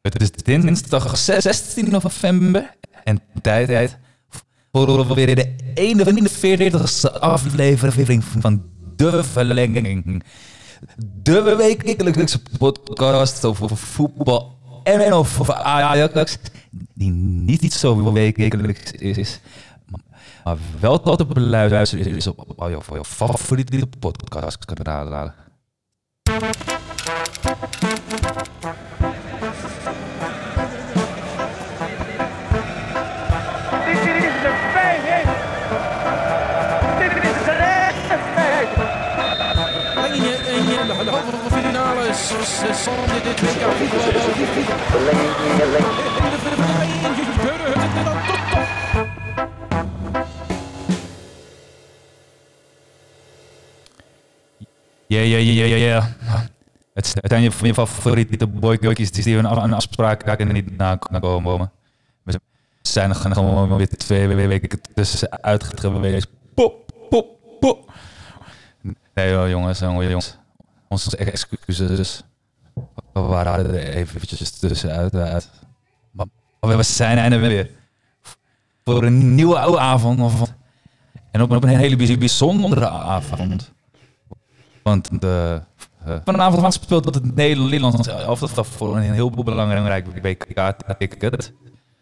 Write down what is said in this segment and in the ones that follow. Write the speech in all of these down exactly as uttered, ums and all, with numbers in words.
Het is dinsdag zestien november en tijd, tijd voor weer de eenenveertigste aflevering van De Verlenging. De wekelijkse podcast over voetbal en over Ajax, die niet zo wekelijks is, maar wel tot te beluisteren is op al je favoriete podcastkanalen. De halve finale is zal dit W K Ja, ja, ja, ja, ja. Het zijn je favoriete boycottjes die een afspraak en niet nakomen. We zijn er gewoon weer twee weken tussenuit geweest. Pop, pop, pop. Nee joh, jongens, jongens. Onze excuses. We waren er eventjes tussenuit. Uit. Maar we zijn er weer. Voor een nieuwe oude avond. En op een hele bijzondere avond. Want de, uh, vanavond speelt dat het Nederlands elftal voor een heel belangrijk W K-ticket.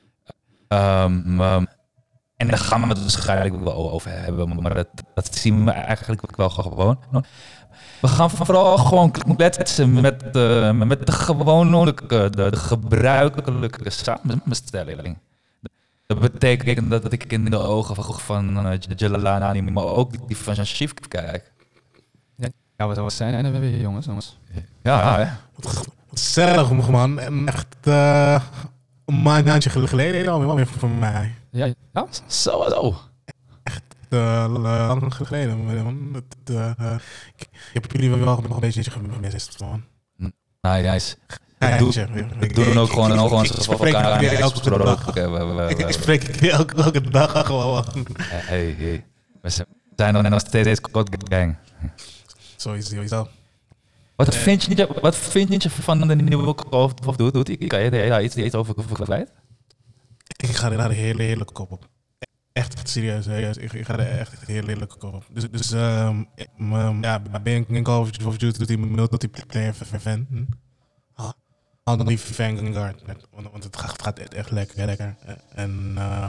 Um, um, en daar gaan we het waarschijnlijk wel over hebben, maar dat, dat zien we eigenlijk wel gewoon. We gaan vooral gewoon kletsen met, uh, met de gewone, de, de gebruikelijke samenstelling. Dat betekent dat ik in de ogen van uh, Jelani, maar ook die van Jean-Chief kijk. Ja, wat, wat zijn er weer, jongens? jongens. Ja, hè? Wat gezellig, man. En echt uh, een maandje geleden alweer weer voor mij. Ja, ja? Zo, zo. Echt uh, lang geleden, man. Het, uh, ik, ik heb jullie wel nog een beetje gemist, man. Nee, nice. Ik doe, ik doe dan ook gewoon een gewoon zoals we elkaar elke Ik spreek elke, elke dag gewoon. Hey, hey. We zijn nog nog steeds Cod Gang. Sowieso, sowieso. Wat vind je, wat vind je van de nieuwe Call of Duty? Kan je daar iets, iets over kwijt? Ik ga er een hele heerlijke kop op. Echt serieus, serieus. Ik, ik ga er echt een hele heerlijke kop op. Dus, dus um, um, ja, ben ik een Call of Duty multiplayer fan? Hm? Oh, al dan niet fan Vanguard, want, want het gaat, het gaat echt lekker, lekker. En uh,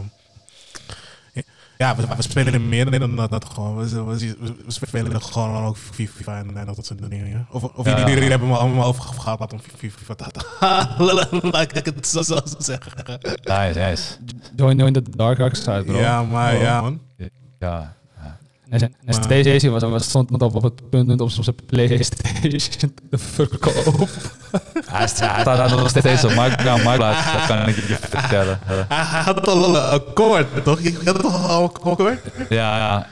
ja, we, we spelen er meer dan dat, dat gewoon. We, we, we spelen er gewoon ook FIFA en, en dat soort dingen. Ja. Of, of ja, jullie, jullie ja. hebben me allemaal over gehad wat om FIFA te halen. Laat ik het zo, zo zeggen. Nice, nice. Join, join the dark side, bro. Ja, maar oh. ja, man. Ja. ja. En, en Stacey was, was stond op, op het punt om zijn PlayStation te verkopen. Hij staat daar nog steeds op Marktplaats, dat kan ik je vertellen. Hij had al een akkoord, toch? Je had toch al een akkoord? Ja, ja.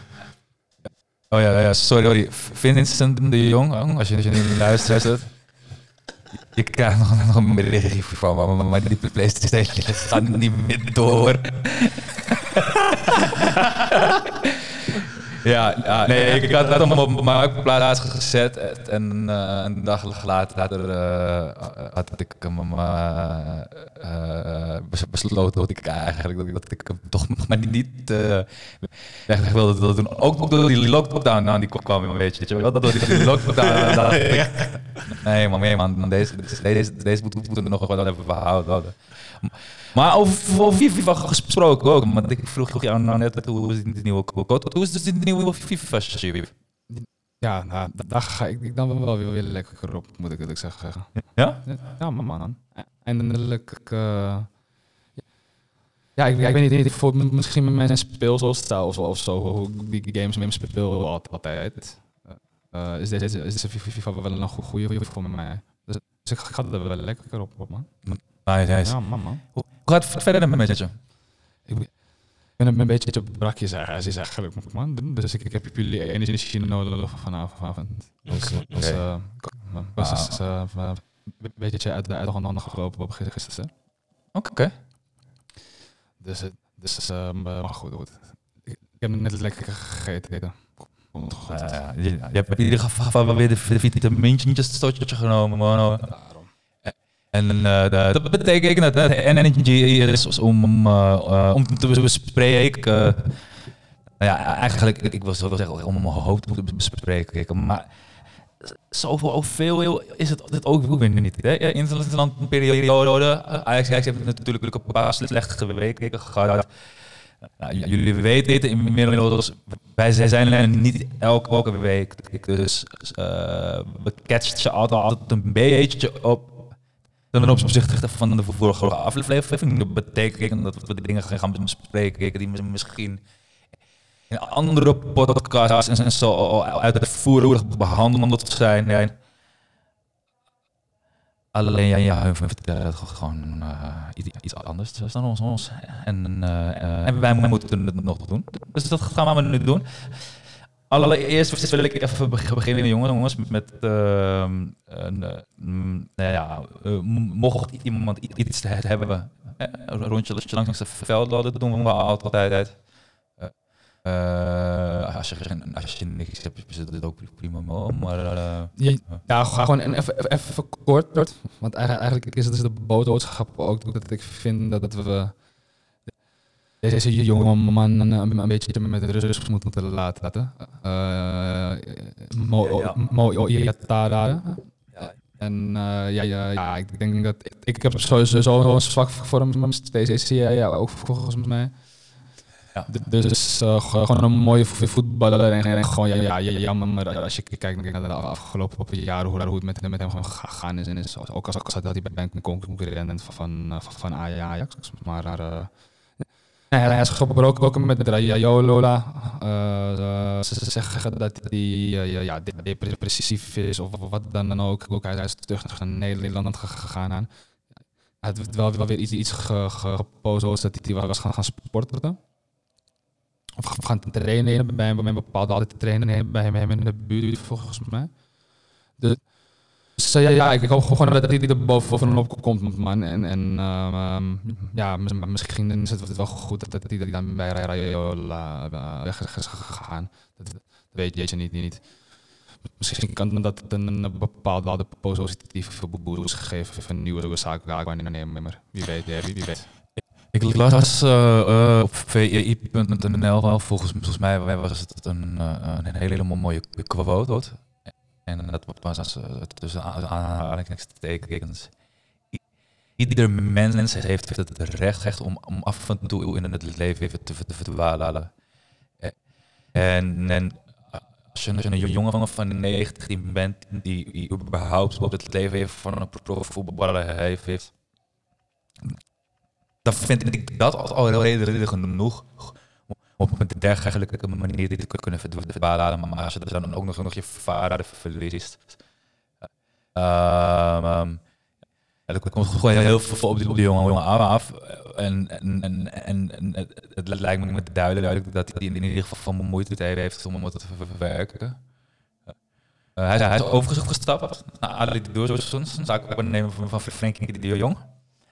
Oh ja, ja, sorry, sorry. Vincent de Jong, als je, als je nu luistert, je krijgt nog, nog een berichtje van me, maar, maar die PlayStation gaat niet meer door. Ja, ja, nee, ik had het hem op Marktplaats gezet en uh, een dag later uh, had ik hem uh, uh, besloten dat ik eigenlijk dat, dat ik hem toch nog maar niet uh, weg wilde doen. Ook door die lockdown, nou, die kwam, weet je, wel, dat door die lockdown dacht ik, nee man, nee man, deze, deze, deze moeten we nog wel even behouden. Maar over, over FIFA gesproken ook, want ik vroeg jou nou net hoe is de nieuwe code, hoe is de nieuwe FIFA? Ja, nou, daar ga ik dan wel weer, weer lekker op, moet ik eerlijk zeggen. Ja? Ja, man, man. Eindelijk, uh, ja, ik, ik weet niet, ik voel misschien met mijn speelstijl of zo, of zo, hoe die games met me speel altijd. Uh, is deze, is deze FIFA wel een goede voor mij. Dus, dus ik ga er wel lekker op, op man. Nice, nice. Ja, man, man. Hoe gaat het verder met je? Ik ben een beetje op brakjes eigenlijk, man. Dus ik, ik heb jullie energie nodig vanavond. Dus, dus uh, ik was dus, uh, een beetje uit de uitgang gelopen op gisteren. Oké. Okay. Dus, dus uh, maar goed, goed. Ik, ik heb net lekker gegeten. Uh, je, je hebt in ieder geval wel weer de vitamintjes stootje genomen, man. En uh, dat betekent dat het energy is om, uh, uh, om te bespreken. Uh, nou ja, eigenlijk, ik, ik wil zo wel zeggen om mijn hoofd te bespreken, maar zoveel veel is het, het ook weer niet. Hè? In de periode, Ajax heeft natuurlijk een paar slechte weken gehad. Nou, jullie weten het inmiddels, wij zijn er niet elke, elke week. Dus uh, we catchen altijd, altijd een beetje op ten opzichte van de vorige aflevering. Dat betekent dat we dingen gaan bespreken die misschien in andere podcasts en zo uitvoerig behandeld zijn. Alleen ja, ja, hun vertellen het gewoon uh, iets, iets anders dan ons. ons. En, uh, uh, en wij moeten het nog doen. Dus dat gaan we nu doen. Allereerst wil ik even beginnen, jongens, met uh, een, uh, nou ja, uh, mocht iemand iets hebben, uh, een rondje langs de velden, dat doen we altijd. Uh, uh, als, je, als je niks hebt, is het ook prima, maar... Uh, ja, ja, gewoon even, even kort, want eigenlijk is het dus de boodschap ook dat ik vind dat we deze jonge man een, een beetje met rust moeten laten. Uh, Mo Iatara. En uh, ja, ja, ja, ik denk dat ik, ik heb sowieso een zwak voor hem steeds. Ja, ja, ook volgens mij. Ja. Dus uh, gewoon een mooie voetballer en, en gewoon ja, ja, ja, jammer als je kijkt naar de afgelopen jaren hoe, hoe het met, met hem gegaan is. En is ook als, als dat hij bij een concurrent van, van, van Ajax. Maar uh, nee, hij is gebroken met Raiola. Uh, ze zeggen dat hij uh, ja, depressief is of wat dan ook. ook. Hij is terug naar Nederland gegaan. Aan. Hij heeft wel, wel weer iets, iets gepost dat hij was gaan, gaan sporten. Of gaan trainen bij een bepaalde altijd trainen bij hem in de buurt volgens mij. Dus so, ja, ja, ik hoop gewoon dat hij er bovenop komt, man. En, en uh, um, ja, misschien is het wel goed dat hij dan bij Raiola weg is gegaan. Dat, dat weet je niet, niet. Misschien kan dat een bepaalde positieve boost geven van een nieuwe zaak waarnemer. Wie weet, wie, wie weet. Ik las uh, uh, op v i punt n l, volgens, volgens mij was het een, uh, een hele, hele mooie quote. En dat was uh, tussen aanhalingstekens. Ieder mens heeft het recht, recht om, om af en toe in het leven even te, te verdwalen. En, en als je een jongen van negentien bent die überhaupt op het leven van een profvoetballer heeft, dan vind ik dat al reden genoeg op een dergelijke manier te kunnen verdwalen. Maar als je dan ook nog, nog je vader verliest. Uh, um, er komt gewoon heel veel op die, op die jongen, jongen af. En, en, en, en, en het, het lijkt me duidelijk dat hij in ieder geval van moeite heeft om het te verwerken. Uh, hij, hij is overigens gestapt naar Ali Doorzoen, zaakwaarnemer van, van Frenkie de Jong.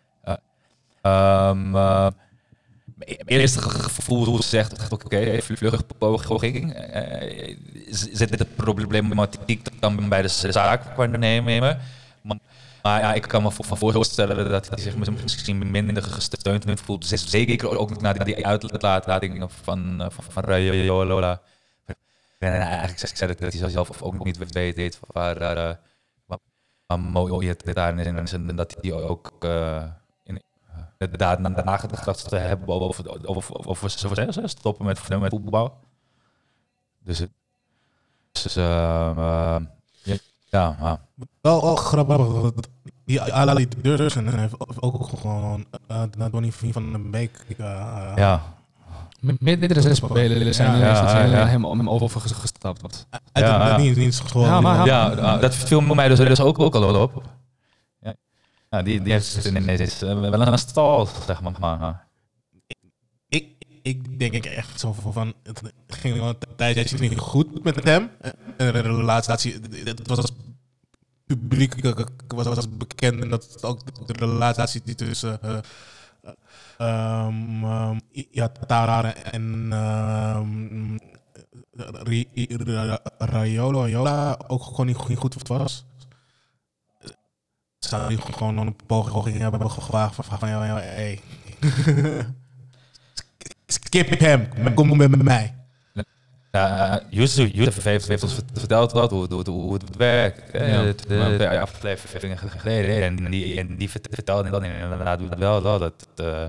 Um, uh, mijn eerste gevoel zegt, oké, okay, vluchtpoging. Uh, zit de problematiek dan bij de zaakwaarnemer? Maar, maar ja, ik kan me van voorstellen dat hij zich misschien minder gesteund voelt. Zeker ook naar die uitlating van, van, van Raiola. En eigenlijk zei dat hij zelf ook niet weet waar, uh, waar mooi het daar is en dat hij ook... Uh, Daarna nagedacht te hebben over, over, over ze stoppen met, met voetbal. Dus het is, uh, uh, ja, uh. Wel, wel grappig. Die Ali Dursen heeft ook gewoon uh, naar Donny van den Beek. Uh, ja. Meerdere zes spelers zijn ja, ja, ja. hem overgestapt. Ja, niet eens gewoon. Ja, maar, ja, uh, dat viel mij dus, dus ook, ook al op. Ja, die, die heeft ineens uh, wel een stal, zeg maar. maar. Ik, ik denk echt zo van, het ging al een tijdje niet goed met hem. En de relatie, het was als publiek, was als bekend en dat ook de relatie die tussen uh, um, um, ja, Tara en um, Raiola ook gewoon niet goed was. zou die gewoon een poging hebben gewaagd van, van jou, jou, hey. Skip hem, kom met mij. Ja, Yusuf, Yusuf heeft, heeft ons verteld wat, hoe, hoe, hoe het werkt. Ja, het, de, de afleveringen geleden. En die, en die vertelde dan inderdaad wel dat het... Uh,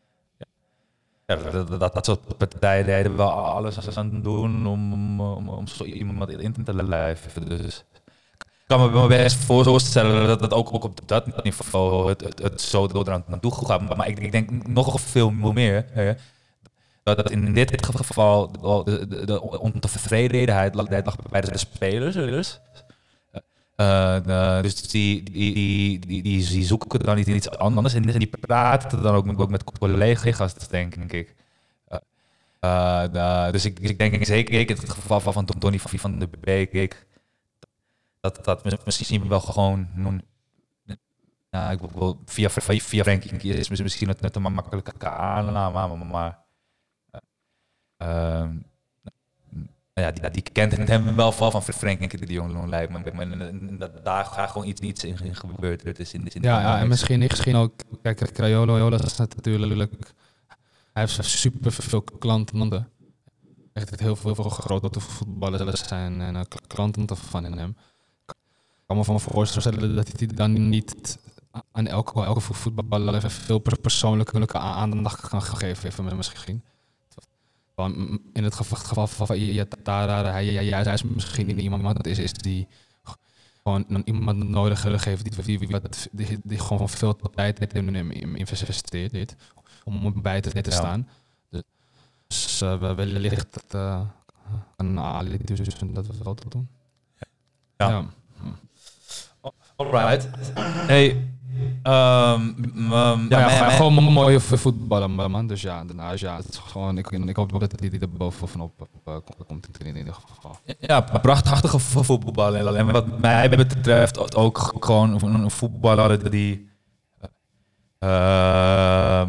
ja, dat, dat, dat soort partijen deden wel alles aan het doen om, om, om, om zo iemand in te lijven. Dus ik kan me best voorstellen dat het ook, ook op dat niveau het, het, het zo door naartoe gaat. Maar, maar ik, ik denk nog veel meer... Hè, dat in dit geval de, de, de ontevredenheid lag bij de spelers. Dus, uh, de, dus die, die, die, die, die zoeken dan niet iets anders en die praten dan ook met, ook met collega's, denk ik. Uh, uh, de, dus ik, ik denk zeker in het geval van Donny van de Beek dat dat misschien wel gewoon... Nou, ik wil via, via, via ranking is misschien net een makkelijke aanname, maar... Uh, ja, die, die kent hem wel van, van Frank en de Jong lijkt me. Maar dat daar gaat gewoon iets, iets in gebeurd. Het is in, in ja, ja, en misschien, misschien ook, kijk, Craiolo is natuurlijk, hij heeft super veel klanten. Echt heel veel, veel grote voetballers zijn en uh, klanten van hem. Ik kan me van voorstellen dat hij dan niet aan elke, elke voetballer veel persoonlijke aandacht kan geven, misschien. In het geval van Iatara, hij, hij, hij is misschien iemand dat is, is die gewoon iemand nodig heeft die, die, die, die gewoon veel tijd in hem investeert om bij te, te staan. Ja. Dus uh, wellicht dat uh, kan Ali dus dat we wel te doen. Ja. ja. Alright. Hey. Um, um, ja, ja, ja, ja, gewoon een mooie voetballen, man. Dus ja, daarnaast, ja, het is gewoon, ik, ik hoop dat hij er bovenop uh, komt in ieder geval. Ja, prachtige voetballen. En wat mij betreft ook gewoon een voetballer die... Uh,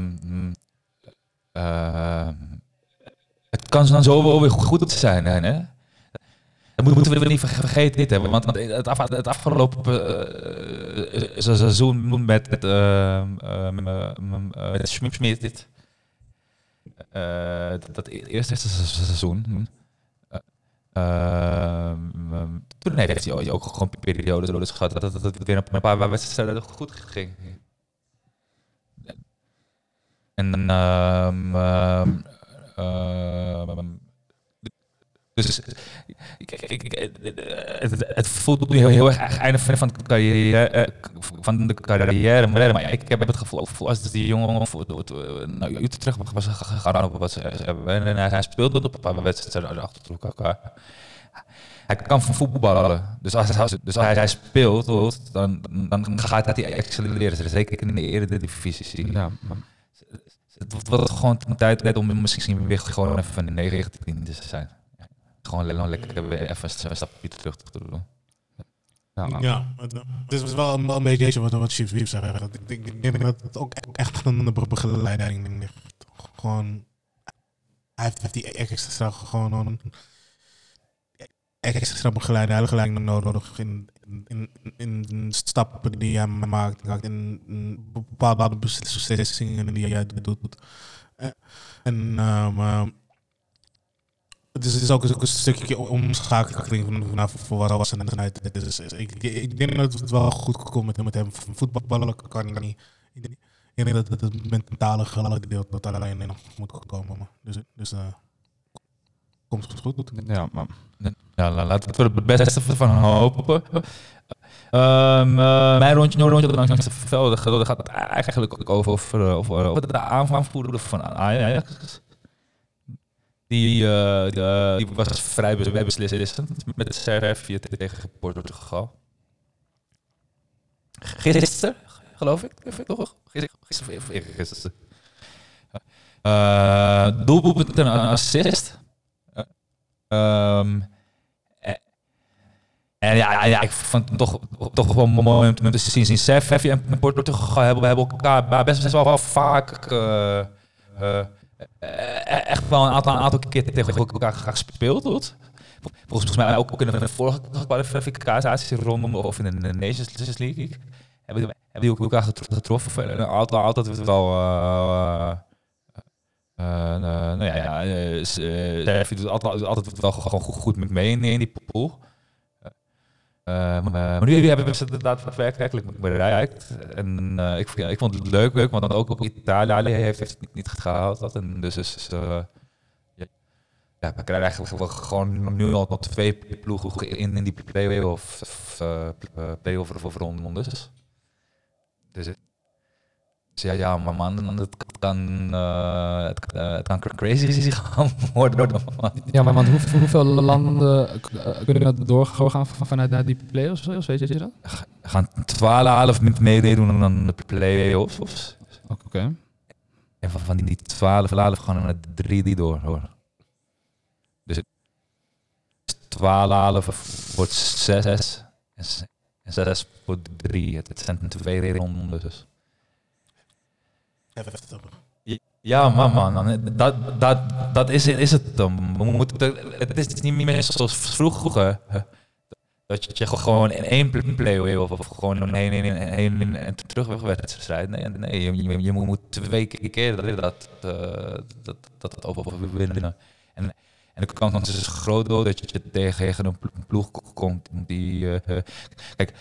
uh, het kan dan zo wel weer goed zijn, hè? Dat moeten we niet vergeten dit hebben, want het, af, het afgelopen uh, seizoen met het uh, uh, Schmid, dit, uh, dat eerste seizoen, uh, uh, toen heeft hij ook gewoon periodes gehad dat het, dat het weer een paar wedstrijden goed ging. En uh, uh, uh, Dus ik, ik, ik, het, het voelt nu heel, heel erg einde van de carrière, van de carrière, maar ja, ik heb het gevoel als die jongen naar Utrecht was gegaan op wat ze hebben en hij speelde op een paar wedstrijden achter elkaar. Hij kan van voetballen, dus als hij, dus als hij speelt, dan, dan gaat hij excelleren, zeker in de Eredivisie. Ja, het wordt gewoon tijd om misschien weer gewoon even van de negentien te zijn. Gewoon lekker weer even een stapje terug te doen. Ja, nou. Ja, het is wel een, een beetje wat, wat Chief Wief zegt. Ik denk, ik denk dat het ook echt een begeleiding ligt. Gewoon, hij heeft, heeft die extra gewoon een extra begeleiding nodig in, in, in, in stappen die hij maakt, in, in bepaalde beslissingen die hij doet. En um, het is, het is ook, ook een stukje omschakeling naar volwassenheid. Dus ik, ik denk dat het wel goed komt met, met hem. Voetballen kan ik niet. Ik denk dat het, het mentale gedeelte dat alleen nog moet komen. Dus, dus uh, komt het goed. Ja, maar ja, laten we het beste van hopen. Um, uh, mijn rondje, rondje langs de velden gaat het eigenlijk ook over, over, over, over de aanvoerder van Ajax. Die, uh, die, die was vrij beslissend met de Servië tegen Portugal. Gisteren, geloof ik. Toch? Gisteren of eergisteren. Uh, doelpunt en een assist. Uh, um, en ja, ja, ik vond het toch, toch wel mooi om te zien. zien Servië en Portugal hebben, hebben elkaar best, best wel, wel vaak... Uh, uh, Uh, echt wel een aantal, een aantal keer tegen elkaar gespeeld wordt. Volgens mij ook in de vorige kwalificatieronde of in de Nations League. hebben die, hebben die ook elkaar getroffen. Uh, altijd, altijd wel... Uh, uh, uh, nou ja, ja uh, Servië doet altijd, altijd wel gewoon goed, goed met mee in, in die pool. Uh, maar, maar nu hebben ze het daadwerkelijk bereikt. En uh, ik, ja, ik vond het leuk, leuk, want ook op Italië heeft het niet, niet gehaald. En dus is... Uh, Ja, we krijgen eigenlijk gewoon nu al twee ploegen in, in die play-off of uh, play-off of rondes. Dus, dus ja, ja, maar man, het kan, uh, het, uh, het kan crazy gaan worden. Man. Ja, maar want hoe, hoeveel landen uh, kunnen er doorgaan vanuit die play-offs? Weet je dat? We gaan twaalf meedoen aan de play-offs. Oké. Okay. En van die twaalf gaan er drie die door, hoor. Dus twaalf wordt zes en zes wordt drie. Het zijn twee rondes. Dus. Ja, man, man. Dat, dat, dat is, is het dan. We moeten, het is niet meer zoals vroeger. Dat je gewoon in één play-off of gewoon een heen en heen en terugwedstrijd. Nee, nee je, je, je moet twee keer dat dat, dat, dat, dat overwinnen. En, En de kans is groot dat je tegen een ploeg komt die... Uh, kijk,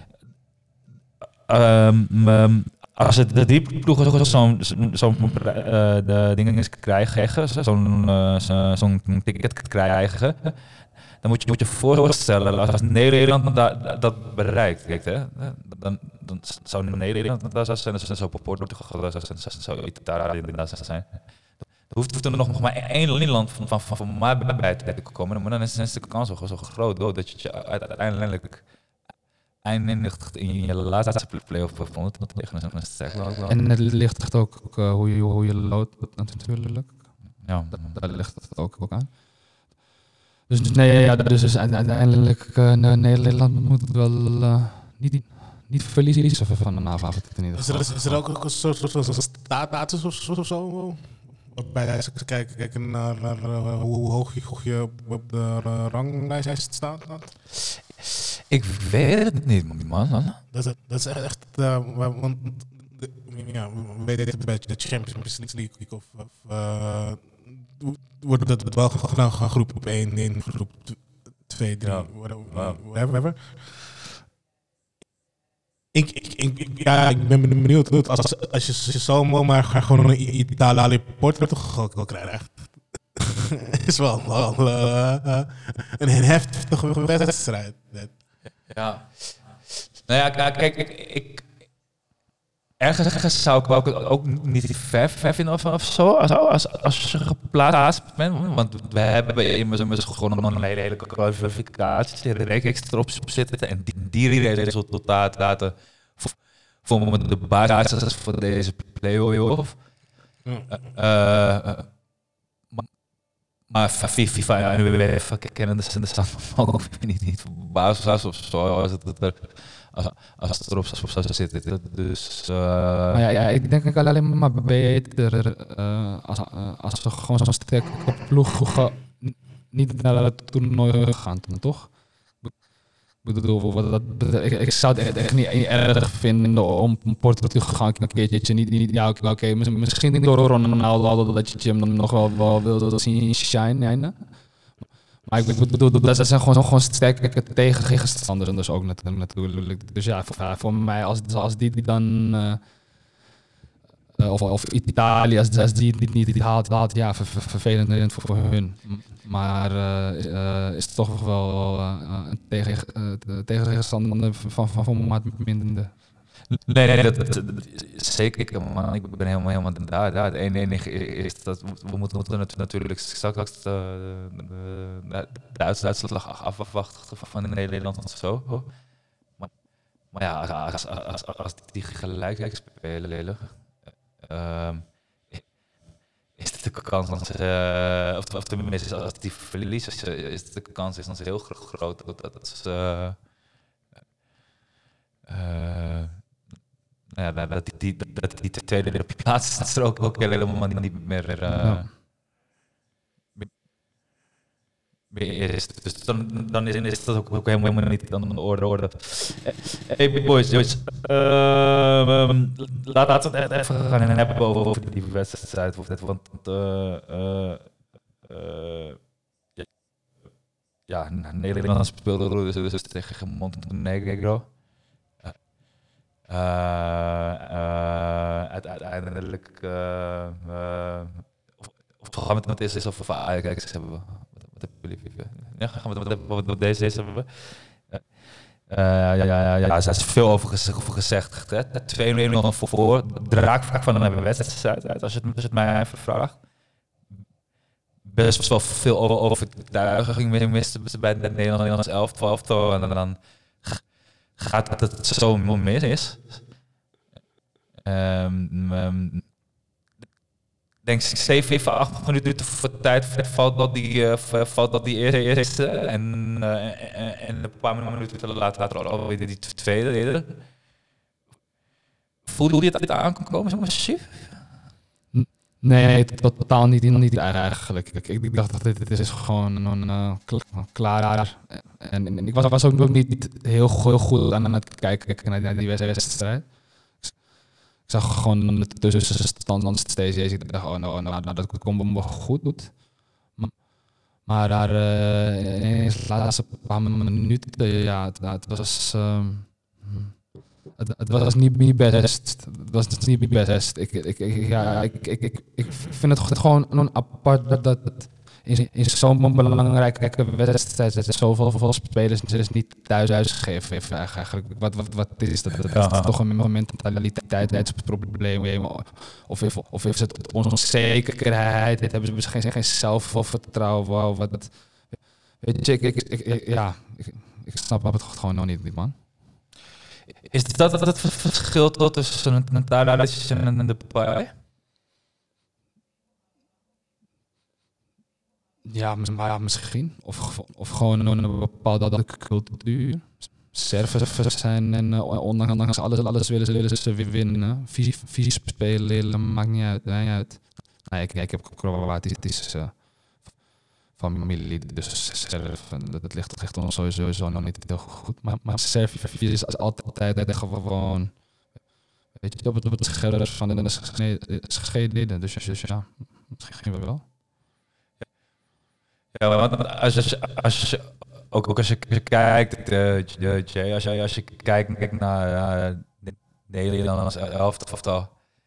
um, um, als het de drie ploegen zo'n zo uh, de dingen krijgen, zo'n uh, zo'n ticket krijgen, dan moet je moet je voorstellen als Nederland dat, dat bereikt, kijk, hè, dan, dan zou Nederland dat zijn, dat zou Portugal, dat zou Italië zijn. Er hoeft, hoeft er nog maar één land van, van, van, van mij bij te komen, maar dan is, is de kans zo, zo groot oh, dat je uiteindelijk eindigt in je laatste play-off tegen een sterk. En het ligt echt ook uh, hoe je, hoe je loopt natuurlijk. Ja, daar ligt het ook, ook aan. Dus nee, ja, dus is uiteindelijk uh, Nederland moet het wel uh, niet, niet verliezen van een avond in ieder geval. Is er, is er ook een soort status of zo? Bij ze kijken, kijken naar, naar uh, hoe hoog je, hoog je op de uh, ranglijst staat. Ik weet het niet, man. man. Dat, is, dat is echt... Uh, want, ja, we weten het bij de Champions League of... of uh, wordt dat wel gedaan gaan groep op één, in groep twee, drie, ja. whatever. whatever. Ik, ik, ik, ja, ik ben benieuwd. Als, als je zomaar gewoon een Italië Portugal wil krijgen. Is wel, wel uh, uh, een heftige wedstrijd. Ja. Nou ja, kijk, kijk ik, ik, ergens, ergens zou ik ook, ook niet ver, ver vinden of, of zo, als, als, als je geplaatst bent. Want we hebben immers gewoon een hele, hele kwalificatie, reeks erop zitten en die, die resultaten vormen de basis voor deze play-off. Uh, uh, maar FIFA en W W F kennen de staan ook niet, niet basis of zo als het er, als, als het erop zou zitten. Dus, uh, maar ja, ja, ik denk alleen maar beter uh, als, uh, als we gewoon zo'n sterke ploeg niet naar het toernooi gaan, toch? Ik bedoel, wat dat, ik, ik zou het echt niet erg vinden om Portugal te gaan een keertje. Niet, niet, ja, oké, okay, misschien niet door Ronaldo dat je hem dan nog wel, wel wilde zien shine. Maar ik bedoel, dat zijn gewoon, gewoon sterke tegenstanders dus ook natuurlijk. Dus ja, voor, voor mij, als, als die, die dan... Uh, of, of Italië, als, als die het niet haalt, haalt, ja, ver, ver, vervelend voor, voor hun. Maar uh, uh, is het toch wel uh, een tegen, uh, tegenstander van, van, van maat minderde. Nee, nee, dat, dat, dat, zeker, man. Ik ben helemaal, helemaal daar. daar. Het enige is dat we moeten, moeten natuurlijk straks de, de, de, de uitslag afwachten van Nederland of zo. Maar, maar ja, als, als, als, als die gelijk spelen, uh, is de kans, uh, of, of tenminste als die verliezen, is de kans is dan heel groot dat, dat uh, uh, ja, dat die, die, dat die tweede plaats is er ook, ook helemaal niet meer, uh, ja. weer is. Dus dan, dan is, is dat ook, ook helemaal niet aan de orde. orde. Hey boys, boys. Uh, um, laten we het even gaan hebben over, over die wedstrijd. Want uh, uh, uh, ja, ja, Nederland speelde dus, dus tegen Montenegro. Uh, uh, uiteindelijk uh, uh, of, of gaan we het met deze is of Ajax hebben we. Ja, gaan we het wat deze deze hebben we. Uh, ja, ja, ja, ja, er is veel over gezegd. Over gezegd hè. twee nul voor voor. Draakvlak van een wedstrijd uit, als je het, als het mij even vraagt. Best wel veel over overtuiging misten bij de Nederlandse elftal. En dan gaat het zo mis is. Um, um, denk zeven, acht minuten voor tijd valt dat die, uh, valt dat die eerste en, uh, en een paar minuten later, later alweer die tweede. Voelde je dat dit aankomen zo massief? Nee, totaal niet, niet eigenlijk. Ik, ik dacht dat dit, dit is gewoon een uh, klaar. En, en ik was, was ook niet, niet heel, heel goed aan het kijken naar die wedstrijd. Ik zag gewoon de tussenstand steeds. Ik dacht, oh, nou, nou, nou, dat komt wel goed doet. Maar daar uh, ineens de laatste paar minuten, ja, het, het was, uh, het, het was niet, niet best. Het was niet best. Ik, ik, ik, ja, ik, ik, ik, ik vind het gewoon apart dat, dat, dat in, in zo'n belangrijke wedstrijd er zoveel, zoveel spelers dus niet thuis uitgegeven eigenlijk. Wat, wat, wat is dat? Dat is ja. Toch een mentaliteitsprobleem. Of, of, of is het onzekerheid? Dit hebben ze misschien geen zelfvertrouwen. Wow, wat, wat, weet je, ik, ik, ik, ik, ja, ik, ik snap het gewoon nog niet, man. Is dat, dat het verschil tussen een mentaliteit en de paai? Ja, maar ja, misschien. Of, of gewoon een bepaalde cultuur. Servers zijn en uh, ondanks alles, alles willen ze, willen ze weer winnen. Visie, visie spelen, maakt niet uit. Niet uit. Nee, ik, ik heb Kroatische uh, familie, dus Serven. Dat ligt, dat ligt ons sowieso, sowieso nog niet heel goed. Maar, maar Servië is altijd gewoon, weet je, op het, op het scherp van de scheleden. Dus, dus ja, misschien wel. Ja, want als je, als je ook, ook als je kijkt, uh, Jay, als je, als je kijkt, kijkt naar uh, de Nederlandse elftal,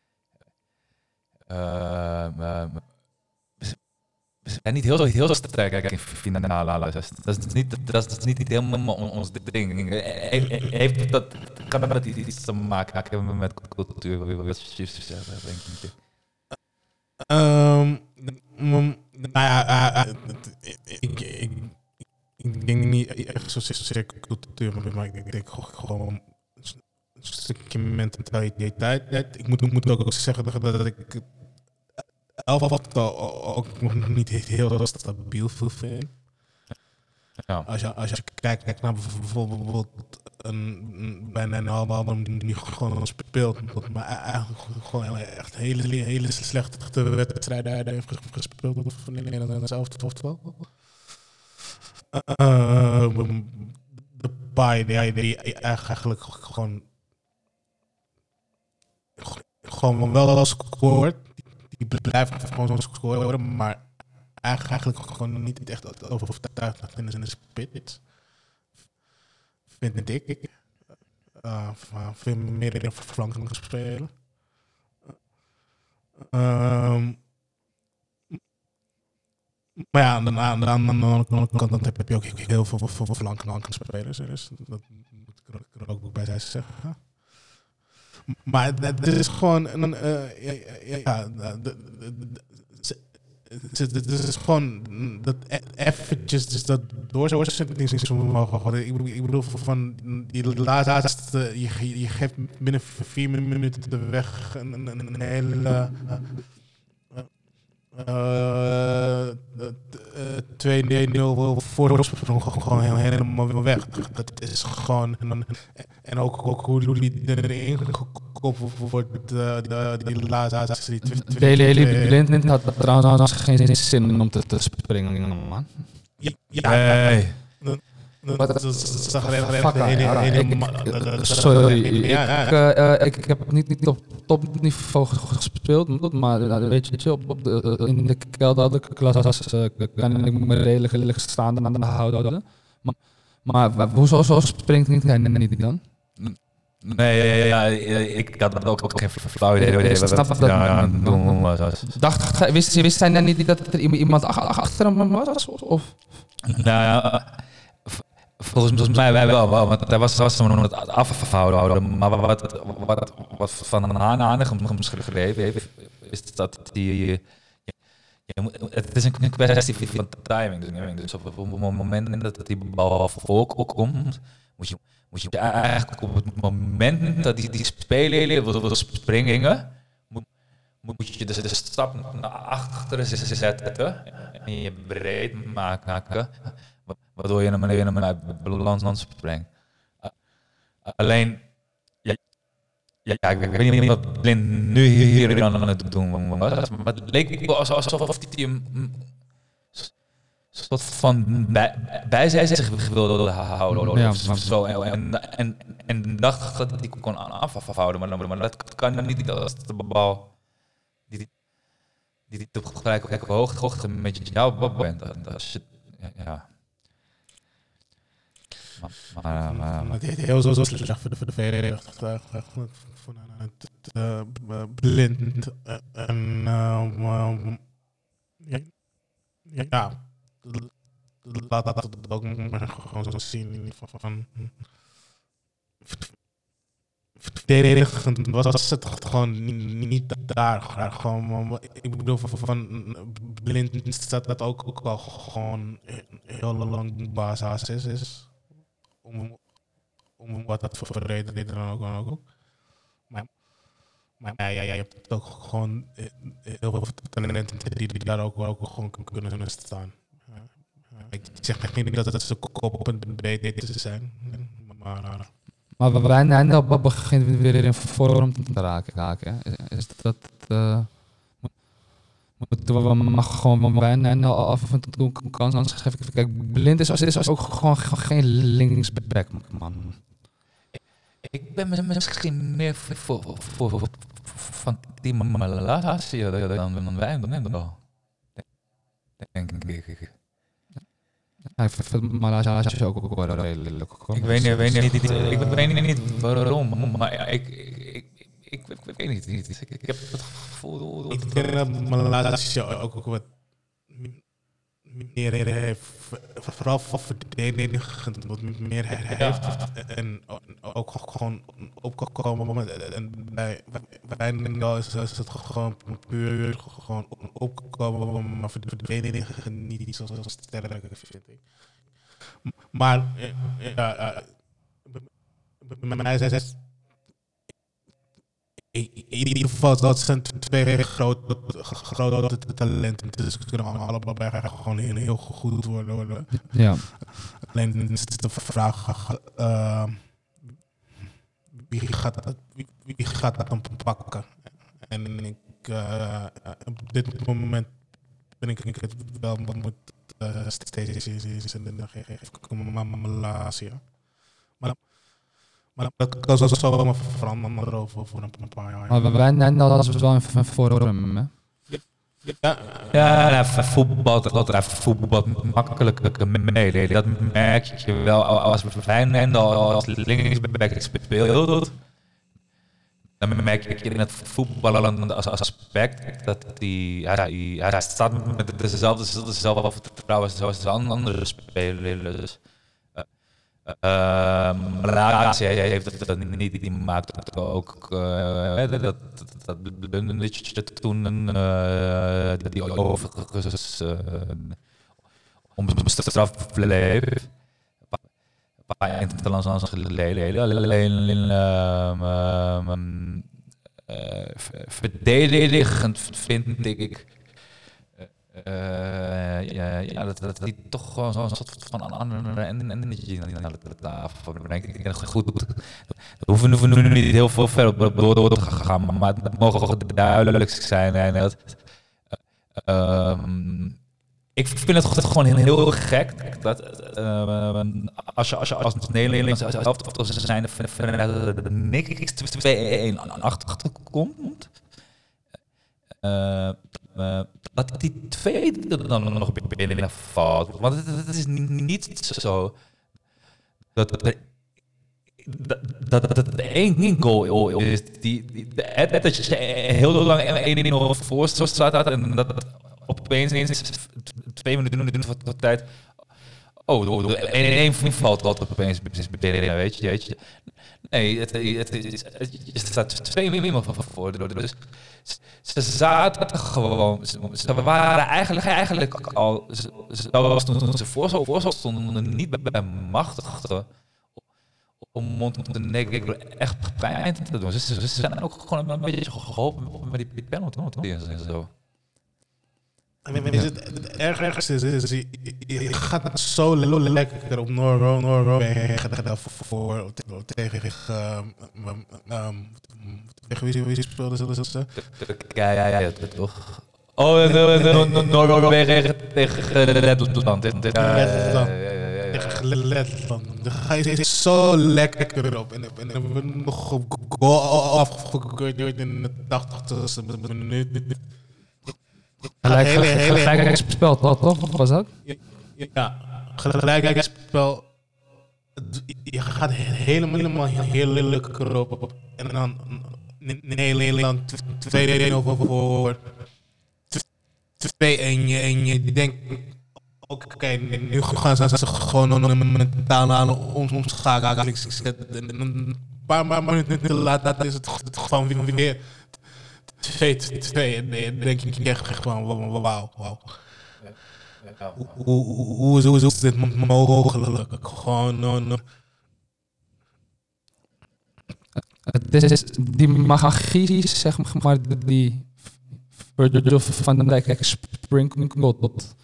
uh, uh, we zijn niet heel zo heel zo sterk in finale. Dat is niet, dat is niet helemaal ons ding. Heeft dat, kan dat iets te maken hebben met cultuur? Wat je juist zeggen, denk ik. Um, um, nou ja, uh, uh, ik, ik, ik denk niet echt zozeer cultuur, maar ik denk gewoon een stukje mentaliteit. Ik moet, ik moet ook zeggen dat, dat ik elftal ook nog niet heel stabiel vind. Ja. Als je als je kijkt, kijkt naar bijvoorbeeld een bijna een album die gewoon speelt, maar eigenlijk gewoon echt hele hele slechte wedstrijden heeft gespeeld van Nederland zelf of wel. De Pai die, die eigenlijk gewoon gewoon wel scoort, die blijft gewoon scoren, maar eigenlijk gewoon niet echt overtuigd in de spits. Vind ik. Uh, veel meer in flanken spelen. Um, maar ja, dan aan de andere kant heb je ook heel veel flanken spelers. Dus dat moet ik er ook bij zeggen. Maar het is gewoon een, uh, ja, ja, ja de, de, de, het is gewoon dat eventjes dus dat doorzettingsvermogen. Ik bedoel, ik bedoel van die laatste, je, je geeft binnen vier minuten de weg een, een, een hele uh, twee nul voorsprong gewoon helemaal weg. Dat is gewoon en, en ook, ook hoe die erin gekoppeld wordt, de, de, die laatste die de hele Blind had trouwens geen zin om te, te springen, man. Ja, ja, Hey. Wat- zag er echt Fuck, hele- ja, hele- ik- ma- ik- dat- dat- Sorry, ik, ja, ja, eh, eh, ik, ik heb niet, niet op topniveau gespeeld, maar eh, weet je, op, op de, eh, in de kelderlijke klas uh, kan ik me redelijk, redelijk staande aan de houden. Maar, maar wa- hoezo zo springt hij niet dan? Nee, ja, ja, ja, ik had dat ook, ook geen flauw idee. Ik Wat snap wat dat- hij aan het doen was. Dacht, wist, wist hij dan niet dat er iemand ach- ach- achter hem was? Of? Nou ja, v- volgens mij wij wel, wel, want hij was, was hem het afgehouden. Maar wat, wat, wat Van Hanegem geschreven heeft, is dat die... Je, je moet, het is een kwestie van timing. Dus op het moment dat die bal voor ook komt, moet je, moet je eigenlijk op het moment dat die, die speler wil, wil springen, moet, moet je dus de stap naar achteren zetten en je breed maken, waardoor je hem even uit balans springt. Uh, alleen, ja, ja, ik weet niet wat Blind nu hier aan het doen was, maar het leek wel alsof hij hem soort van bij, bij zich wilde houden Ja, of maar- zo. En, en, en dacht dat hij kon afhouden, maar, maar dat kan dan niet als de bal die, die, die, die op gelijke hoogte, hoogte met jou bent. Als je, ja. Maar, maar, maar, maar. Het is heel zo, zo slecht voor de, voor de verdediger. Vanuit uh, Blind. Uh, en uh, um, ja, ja, laat dat ook maar gewoon zo zien. Van, van, verdedigend was het gewoon niet, niet daar. Gewoon, ik bedoel, van, van Blind staat dat ook, ook wel gewoon heel lang basis is. Om, om wat dat voor reden dan ook, dan ook. Maar, maar ja, ja, ja, je hebt ook gewoon heel veel talenten die, die daar ook, ook gewoon kunnen staan. Ja, ik zeg niet dat het zo kop en breed zijn, maar... Uh, Maar Wijnendal begint weer in vorm te raken. raken is dat... Uh, moeten we maar gewoon Wijnendal af en toe een kans geven? Kijk, Blind is, is, is ook gewoon geen linksback, man. Ik ben misschien meer voor, voor, voor, voor van die Malasia dan, dan Wijnendal. Denk ik. Hij vindt Malasia ook ook wel redelijk. Ik weet niet, weet niet, ik weet niet waarom, maar ik, ik, ik, ik weet niet, niet. Ik, ik heb het gevoel... Ik denk dat Malasia ook, ook wat meer heeft, vooral voor verdedigend, wat meer heeft. En ook gewoon opkomen. En bij Wijnendal is het gewoon puur gewoon opkomen, maar voor de verdediging niet zo sterk, vind ik. Maar ja, bij mij is het in ieder geval, dat zijn twee grote, grote talenten. Dus ze kunnen allebei gewoon heel, heel goed worden. Ja. Alleen is het de vraag, uh, wie, gaat dat, wie, wie gaat dat dan pakken? En ik, uh, op dit moment ben ik, ik het wel moet uh, steeds in de Malasia. Maar Maar dat kan zo zo wel veranderen over voor een paar jaar. Maar Wijnendal is wel een vorm, hè? Ja, ja, ja, voetbal, dat er voetbal makkelijk mee. Dat merk je wel als Wijnendal als linksback speelt. Dan merk je in het voetballen als aspect dat hij, hij, hij staat met dezelfde, dezelfde vertrouwen zoals de andere spelers. Uh, Malasia heeft dat niet, die maakt het ook uh, dat, dat, dat Blundetje toen uh, die overigens uh, om straf bleef. Een paar interlands geleden. Alleen um, uh, verdedigend vind ik Uh, ja, ja, dat, dat die toch gewoon zo'n soort van andere energie naar de tafel brengt. Ik denk dat het goed. We hoeven, hoeven nu niet heel veel verder door, door te gaan, maar het mogen gewoon duidelijk zijn. En dat, uh, um, ik vind het gewoon heel, heel gek dat uh, als je als je als Nederlands zelf of zijn er niks twee-een achter komt, uh, uh, dat die tweede dan nog binnen valt. Want het, het is niet zo dat dat dat dat dat één goal is die die dat je heel lang één nul voor staat en dat opeens eens twee minuten voor de tijd. Oh, één valt wat opeens binnen, weet je, weet je. Nee, het, het, het, het, je staat twee minuten voor. Dus ze zaten gewoon, ze waren eigenlijk, eigenlijk al, ze, was toen ze voor zo stonden niet bij machtig om Montenegro echt pijn te doen. Ze, ze, ze zijn ook gewoon een beetje geholpen met die penalty en zo. Is het, het ergste is, is, is je, je gaat zo lekker op Noorwegen Noorwegen voor tegen tegen wie wie speelde ze? Ja ja ja toch. Oh, Noorwegen tegen Letland. Tegen Letland. Dan ga je zo lekker erop en en dan nog goal afgekeurd in de tachtigste minuut. Gelijk, gelijk spel, toch? Wat was dat? Ja, gelijk spel. Je gaat helemaal, helemaal heel lekker op. En dan Nederland twee nul voor. twee-een en je denkt, oké, nu gaan ze gewoon mentaal aan omschakelen. Een paar minuten later is het gewoon weer twee twee en dan denk ik echt gewoon wauw, wauw. Hoe is dit mogelijk? Gewoon... Het is die magie, zeg maar, die Virgil van Dijk sprinkelt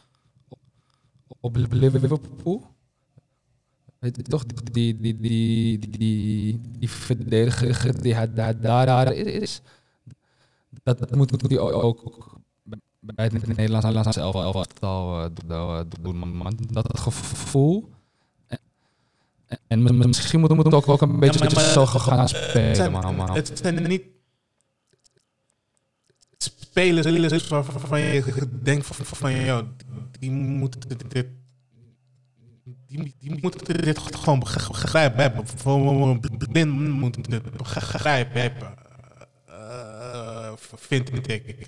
op Liverpool. Weet je toch, die, die, die, die, die, die verdediger die daar, daar is. Dat, dat moet die ook bij het Nederlands elftal doen, man. Dat gevoel. En, en misschien moeten we ook, ook een beetje ja, maar, maar, zo gaan spelen. Zijn, man, man. Het zijn niet spelers waarvan je denkt van jou, die moeten dit, die, die moeten dit gewoon begrijpen hebben. Voor blind moeten dit begrijpen hebben. Uh, vind ik.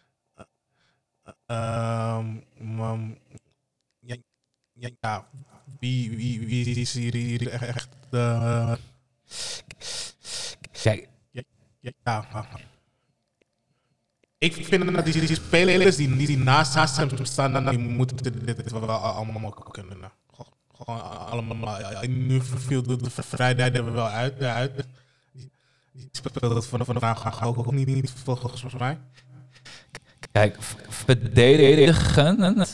Uh, um, ja, ja, ja, wie, wie, wie is hier echt... Uh, Kijk. Ja, ja, ja. Ik vind dat die, die spelers die, die, die naast hem staan, die moeten dit wel allemaal kunnen. Gewoon allemaal. Nu viel de vrijheid er wel uit. uit. Die speelt het van vandaag ook niet, niet volgens mij. Kijk, verdedigen.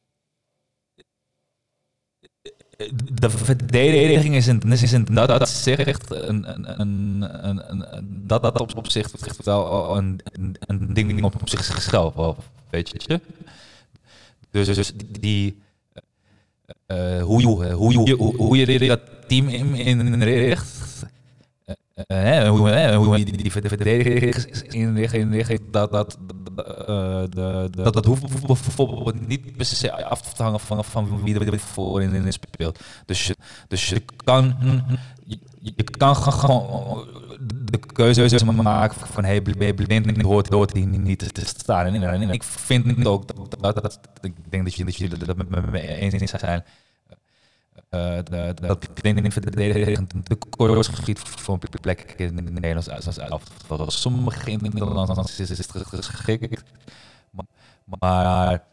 De verdediging is in, is in dat, dat zegt een, een, een, een, een dat dat op, op zich wel een, een, een ding op, op zichzelf, weet je. Dus, dus die uh, hoe je hoe je hoe je dat team in, inricht. Uh, hoe uh, hoe die, die verdediging inricht, dat dat uh, de, de, dat, dat hoeft bijvoorbeeld niet per se af te hangen van, van wie er voor in, in speelt. Dus je, dus je kan je, je kan gewoon de keuze maken van hey, blind hoort hoort die niet te staan. En, en, en ik vind ook dat, dat, dat ik denk dat je dat jullie dat met me eens zijn. Uh, dat in verdediging de koersgebied voor een plek in het Nederlands als elftal. Sommige in het Nederlands is het geschikt, maar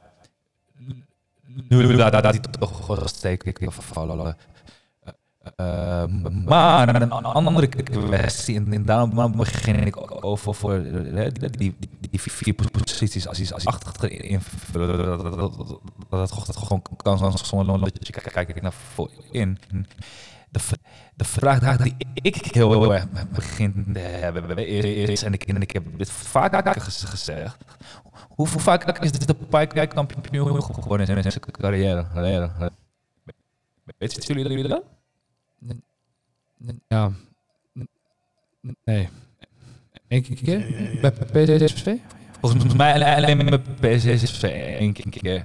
nu laat hij toch wel steken vallen. Uh, maar een andere kwestie, en daarom begin ik ook over voor die, die, die vier posities als je als je achter invullen, dat het gewoon kan zonder dat je kijkt naar voorin. De, de vraag die ik heel erg begin te hebben is, en ik, en ik heb dit vaak gezegd, hoe vaak is de Pike kampioen geworden in zijn carrière? Weet jullie dat? Ja. Nee. Eén keer? Bij P S V? Volgens mij alleen met P S V één keer.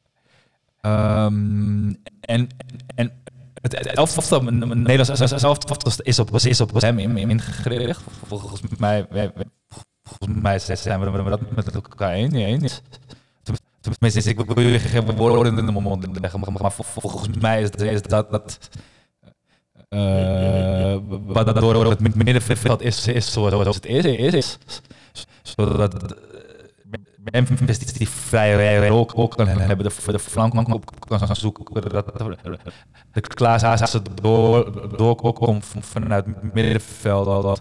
Um, en, en het elftal, Nederlands elftal is op, is op hem ingericht. Volgens mij, volgens mij zijn we dat met elkaar eens. Tenminste, ik wil je geen woorden in de mond leggen, maar volgens mij is dat dat uh, wat door het middenveld is, is zoals het is, is, is zodat Memphis die vrije ook, ook kan hebben, de, de flank op kan zoeken, dat de Klaas door, door ook komt vanuit het middenveld. Dat,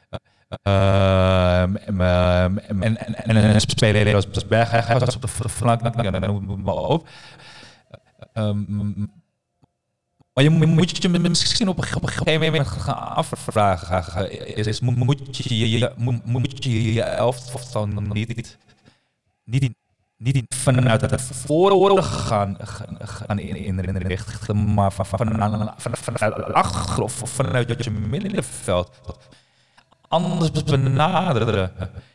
uh, en, en, en, en een speler als Berg, hij was op de flank, dan noem maar op. Um, maar je moet je misschien op een gegeven moment gaan afvragen, is, is, moet je je, moet je je elftal niet Niet, niet vanuit het vooroordeel gaan, gaan inrichten, maar van, van, van, van, vanuit achter of vanuit je middenveld anders benaderen.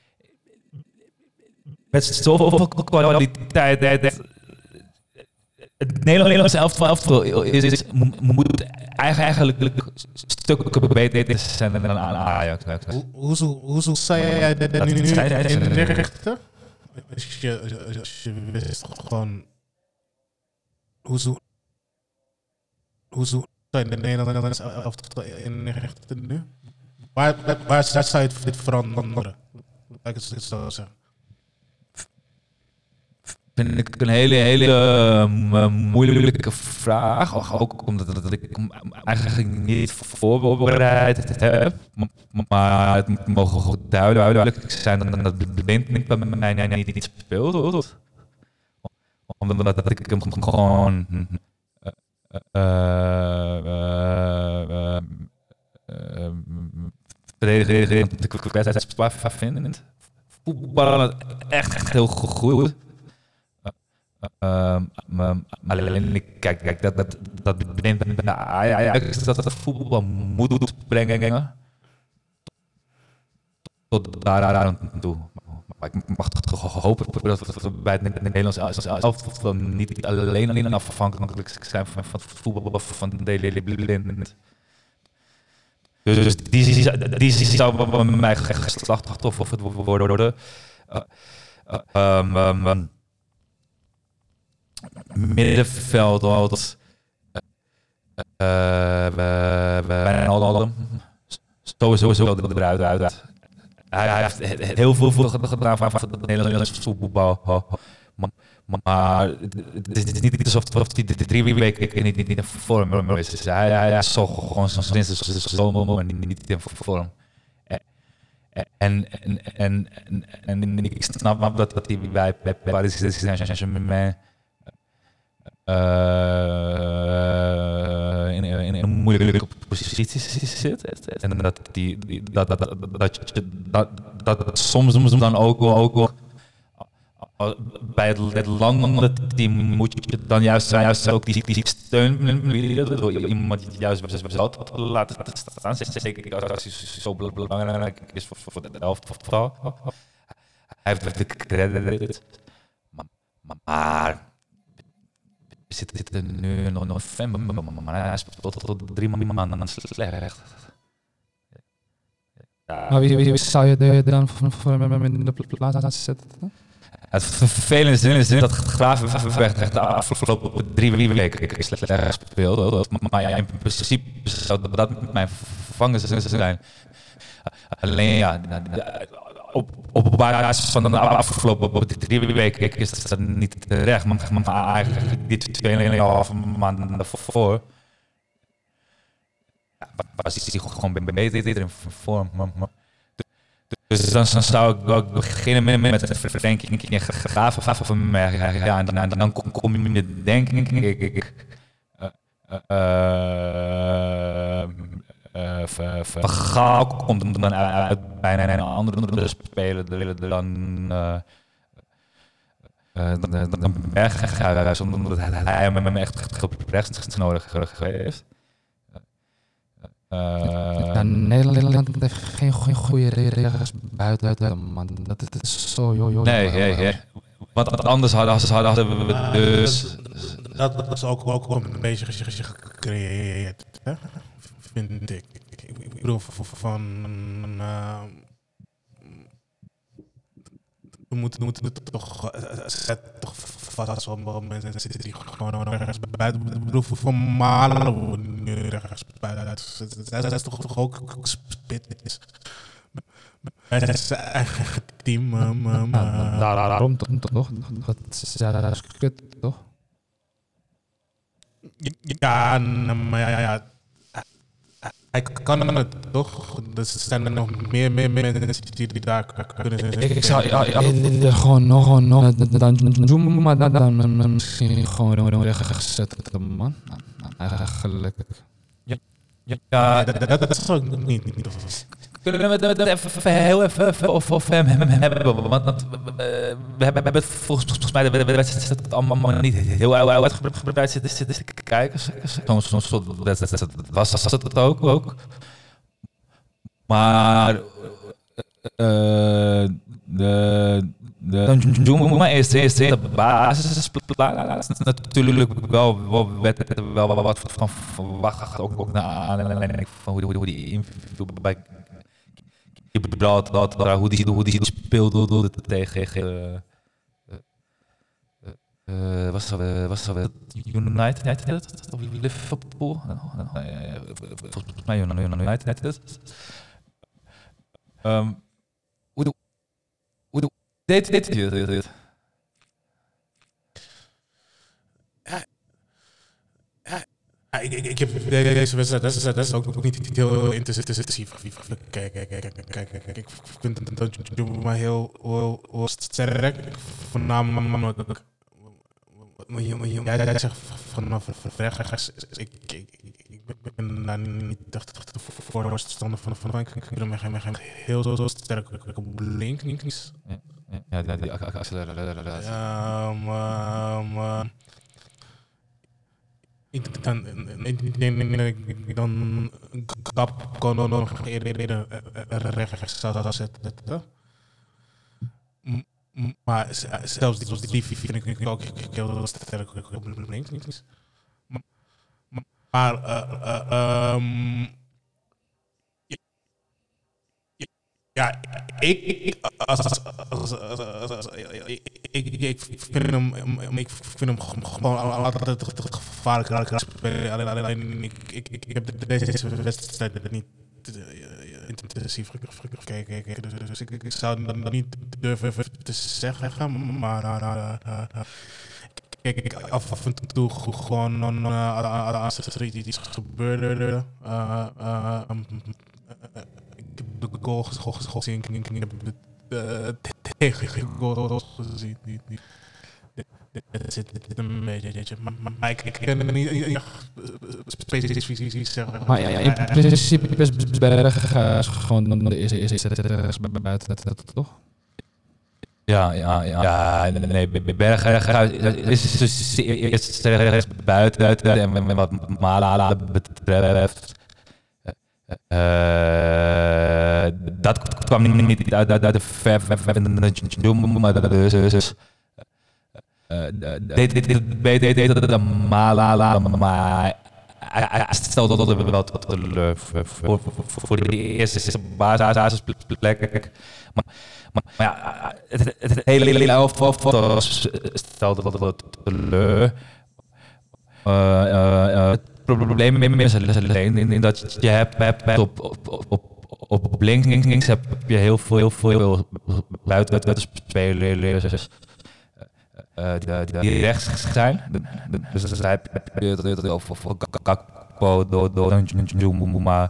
Met zoveel kwaliteit. Het Nederlandse elftal is, is, moet eigenlijk stukken beter zijn dan Ajax. Hoe zou jij dat nu inrichten? Als je, als je wist gewoon hoe zo hoe zo zijn de Nederlandse elftal inrichten nu? Waar, waar zou je het veranderen? Laat ik het zo zeggen. Vind ik een hele, hele uh, moeilijke vraag. Ook omdat dat ik eigenlijk niet voorbereid heb. Maar het moet mogen duidelijk zijn dat het blind niet bij mij niet, niet speelt. Omdat dat ik hem gewoon verdedigend de kwetsbaar vind. Voetballen echt heel goed. Uh, um, alleen kijk, kijk, dat dat dat betekent dat Ajax dat het voetbal moet brengen tot daar aan toe. Maar ik mag toch hopen dat we bij het Nederlands elftal niet alleen alleen afhankelijk zijn van het voetbal van de Daily Blind. Dus die die zou bij mij geslachtoffer worden. Middenveld altijd bijna al sowieso eruit uit. Hij heeft heel veel gedaan van het Nederlandse voetbal, maar het is niet alsof hij de drie weken niet in vorm is. Hij is zo gewoon sinds de zomer niet in vorm. En en en en ik snap dat dat hij bij Paris Saint-Germain Uh, in, in, in een moeilijke positie zit en dat die, die dat dat dat dat, dat, dat, dat soms soms dan ook ook bij het, het landenteam moet je dan juist juist ook die die steun door iemand die juist wel te laten staan, zeker als hij zo belangrijk is voor voor de elftal. Hij heeft de credit, maar we zitten nu nog november, maar hij speelt tot drie maanden aan slecht. Ja. Maar wie, wie, wie zou je er dan voor hem in de plaats zetten? Het vervelende is dat Gravenberg echt de afgelopen drie weken slecht gespeeld. Maar ja, in principe zou dat mijn vervanger zijn. Alleen ja, op, op basis van de afgelopen drie weken is dat niet terecht, maar, maar eigenlijk die tweeënhalve maanden daarvoor ja, was hij gewoon beter in vorm. Dus dan, dan zou ik ook beginnen met een verdenking in Graven van mij. Ja, en dan, en dan kom je met denking. Ik, ik, uh, uh, Uh, Van Gaal komt dan uit bijna een andere speler dan uh, Uh, dan, dan Berghuis, omdat hij hem echt op rechts nodig heeft. Uh, ja, Nederland heeft geen, geen goede regels buiten, man. Dat is zo, joh, joh. Nee, nee, nee. Want anders hadden ze hadden we dus... Dat, dat is ook, ook een beetje gecreëerd, hè? Vind ik. Ik bedoel, van... Uh, we moeten, we moeten toch, zet toch vast op mensen zitten die gewoon ergens buiten. Ik bedoel, voor malen nu ergens buiten. Dat is toch, toch ook spit. Het is eigen team. Daarom toch? Dat is kut, toch? Ja, maar ja, ja. Hij kan het toch? Dus er zijn er nog meer, meer, meer mensen die daar kunnen zijn. Ik, ik zou ja, ja, gewoon nog, gewoon nog, dan doen maar dan, dan misschien gewoon recht zetten, man. Eigenlijk. Ja, ja, ja dat, dat, dat is ook niet, niet, niet. Kunnen we het even heel even of of hem hebben, want we hebben het volgens mij de wedstrijd het allemaal niet heel uitgebreid zitten zitten kijken. Soms soms was was het ook ook. Maar de de Juma is is de basisplaats natuurlijk wel wel wel wat van verwacht ook ook naar aanleiding van hoe hoe die invloed bij dat dat hoe die hoe die speelde tegen was dat was dat United of Liverpool volgens mij United um hoe doe hoe doe dit dit dit Ja, ik, ik, ik heb deze wedstrijd, dat is, dat is ook niet heel intensief. Kijk, kijk, kijk, kijk, kijk, ik vind dat Juma heel, heel, heel sterk, voornamelijk, jij zegt vanaf rechts, ik, ik, ik ben daar niet echt voorstander van, van, ik ben heel zo sterk op links. Ja, ja, die acceleratie. Ja, maar... Ik dan, ik denk dan Gap kon nog eerder rechts zetten. Maar zelfs die vind ik ook heel sterk op links. Maar ja, ik ik vind hem ik vind hem gewoon altijd gevaarlijk spelen. Alleen ik ik ik heb deze wedstrijd niet intensief gekeken, dus ik zou dat niet durven te zeggen, maar kijk ik af en toe gewoon als er iets gebeurde. De goal gezien, ik heb de tegen goal gezien. Het zit een beetje, maar ik kan er niet specifiek zeggen. Maar ja, in principe is Berghuis gewoon de eerste eerste buiten, toch? Ja, ja, ja. Ja, nee, Berghuis is dus eerst buiten en wat Mala betreft. Uh, dat kwam niet uit, uit, uit de ver, ver, ver in de Jumbo, maar dat is dus dit dit dit deed deed dat de Malala, maar hij stelde dat we wel teleur voor voor de eerste basisplek, maar maar ja, het het hele hele elftal stelde dat we teleur. Het probleem is alleen in dat je hebt, hebt op, op, op, op links, links, links heb je heel veel, heel veel buiten buiten spelers uh, die, die rechts zijn. Dus dan heb je het heel veel Gakpo, door door Juma,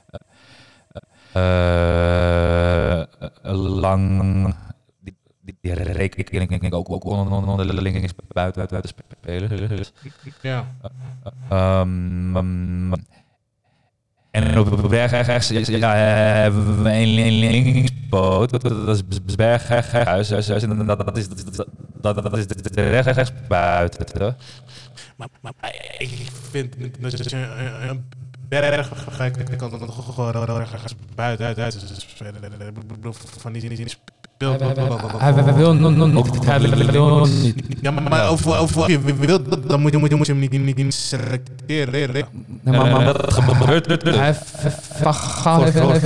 lang die die rekening ik ook ook onder de links buiten buiten spelers. Ja. Um, um, en op Berghuis ja, hebben we een linkspoot, dat is Berghuis, en dat is dat, dat is de, de rechts, rechts buiten. Maar, maar, maar ik vind dat je een, een berg kan dan gewoon rechts buiten uit uit van die die speelt. Hij wil nog hij wil niet. Ja, maar over over je wil dan moet je moet je moet je hem niet niet selecteren. Nee, maar, maar dat gebeurt er dus. hij gaat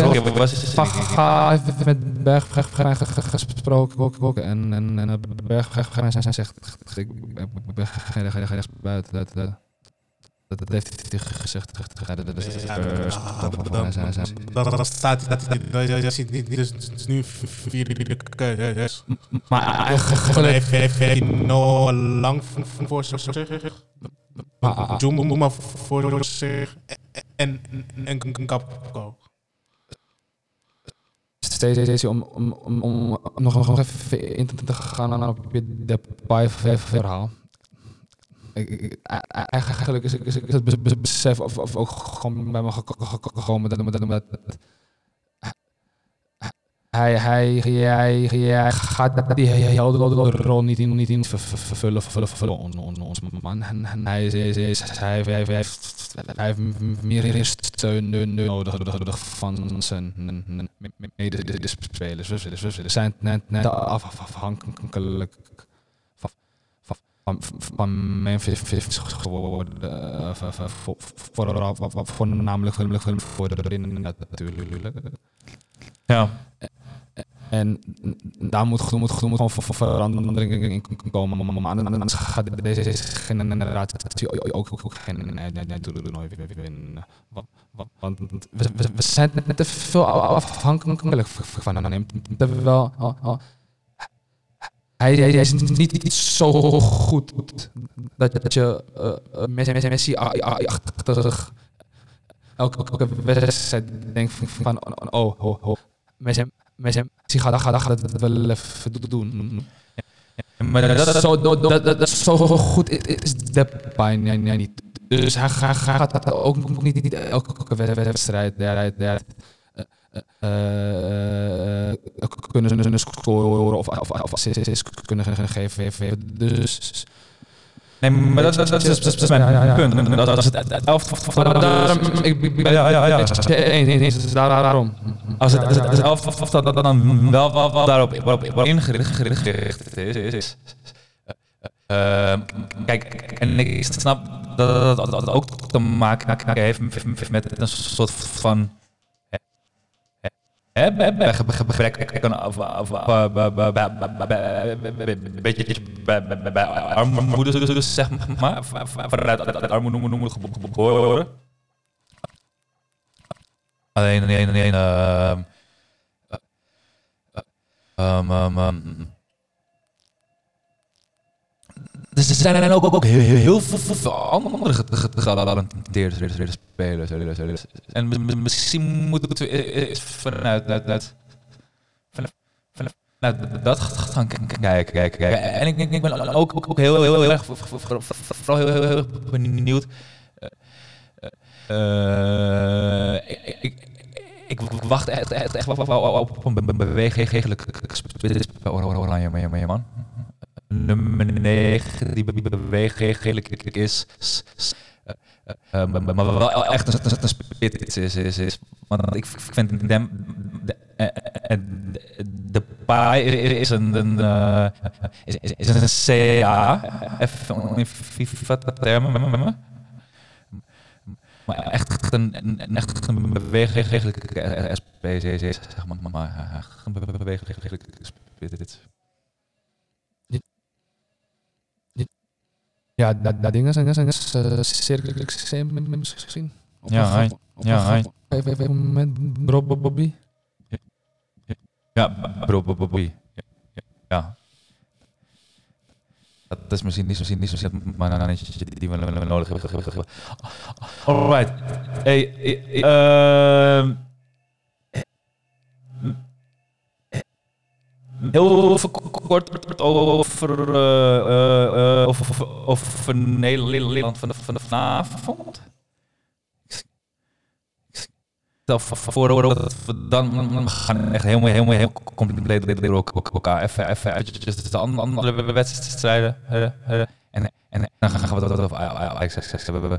even met Bergwijn gesproken en en en Bergwijn zijn zegt ik ben geen rechts buiten. Dat, dat heeft hij gezegd. Dat staat dat ziet niet dus nu vier keuzes. Maar eigenlijk heeft hij nou lang voor zich. Doe maar voor zich en een kapko. Steeds om om om om nog nog even in te gaan op de Pai verhaal. Eigenlijk is, is, is het besef of, of ook gewoon bij me gekomen dat, dat, dat hij, hij, jij, jij gaat die hele rol niet in, niet in vervullen, vervullen, vervullen ons, ons, ons man. En hij is, is, hij, hij, hij, heeft, hij heeft meer steun nodig van zijn medespelers. We zijn net, net afhankelijk van, van Memphis geworden, voornamelijk voor de erin natuurlijk. Ja. En daar moet, moet, moet gewoon verandering in komen. Maar anders gaat deze generatie ook, ook geen toernooi winnen. Want we, we zijn net te veel afhankelijk van hem. Terwijl Hij, hij is niet zo goed dat, dat je uh, Messi, Messi achtig elke wedstrijd denkt van oh, oh, oh. Messi, Messi gaat, gaat, gaat het wel even doen. Ja, maar dat, dat, zo, dat, dat, dat zo goed is Depay nee, nee, niet. Dus hij, hij gaat dat ook niet, niet elke wedstrijd. Ja, ja, Uh, uh, kunnen ze een score of, of, of assists kunnen geven. Dus. Nee, maar dat, dat, dat, dat, dat is mijn ja, ja, ja. punt. Dat is het elftal van de. Ja, ja, ja. Eens, daarom. Als het elftal dan wel daarop ingericht is. Kijk, en ik snap dat dat ook te maken heeft met een soort van. Gebrek of een beetje bij armoede, dus zeg maar, vanuit armoede geboren. Alleen, alleen, alleen, dus er zijn ook, ook heel, heel veel andere getalenteerde spelers. En misschien moeten we vanuit, vanuit, vanuit, vanuit dat gaan kijken, kijken, kijken. En ik, ik ben ook, ook, ook heel, heel, heel erg, vooral heel, heel, heel benieuwd. Uh, ik, ik, ik wacht echt, echt, echt op een bewegelijke spits bij Oranje, man. Nummer negen die bewegelijk is, uh, maar, maar wel echt een, een spits is, is, is. Want ik vind hem, de, de Pai is een, een, uh, is, is een C A, even in FIFA-termen, maar echt een, een, echt een bewegelijke S P C, zeg maar, maar een bewegelijke spits. Ja, dat, dat dingen zijn, zijn uh, cirkelijk misschien. Of ja, hij. Ja, hij. Even met Bro Bobby. Ja, Bro Bobby. Ja. Dat is misschien niet zo niet zo maar dan is die we nodig hebben. Alright. Hey, ehm heel even kort over, uh, uh, uh, over, over Nederland van de, van de vanavond. stel voor dat we dan gaan echt helemaal, helemaal, heel compleet door elkaar. Even, even uitjes de andere wedstrijden. En, en dan gaan we dat over Ajax hebben.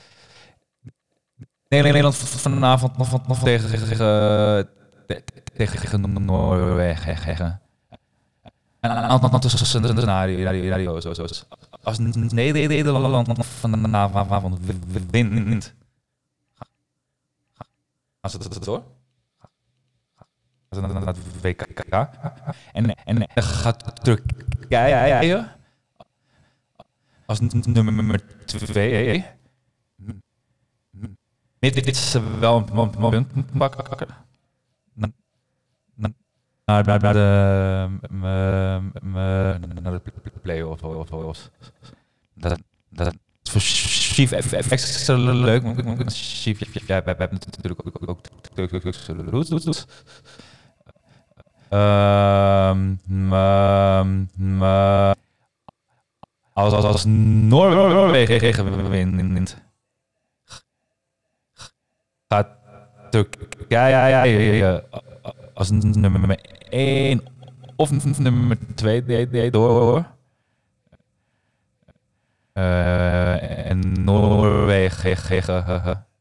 Nederland vanavond nog, nog tegen, tegen, tegen Noorwegen. En een aantal scenario's. Als Nederland vanavond wint, gaan ze het door? Gaan ze naar het W K? En, en dan gaat Turkije als nummer twee. Dit is wel een punt pakken. Naar de naar de play-offs. Dat is extra leuk. Jij hebt natuurlijk ook doet. Als als Noorwegen wint, gaat Turkije als nummer één of nummer twee door. Uh, en Noorwegen.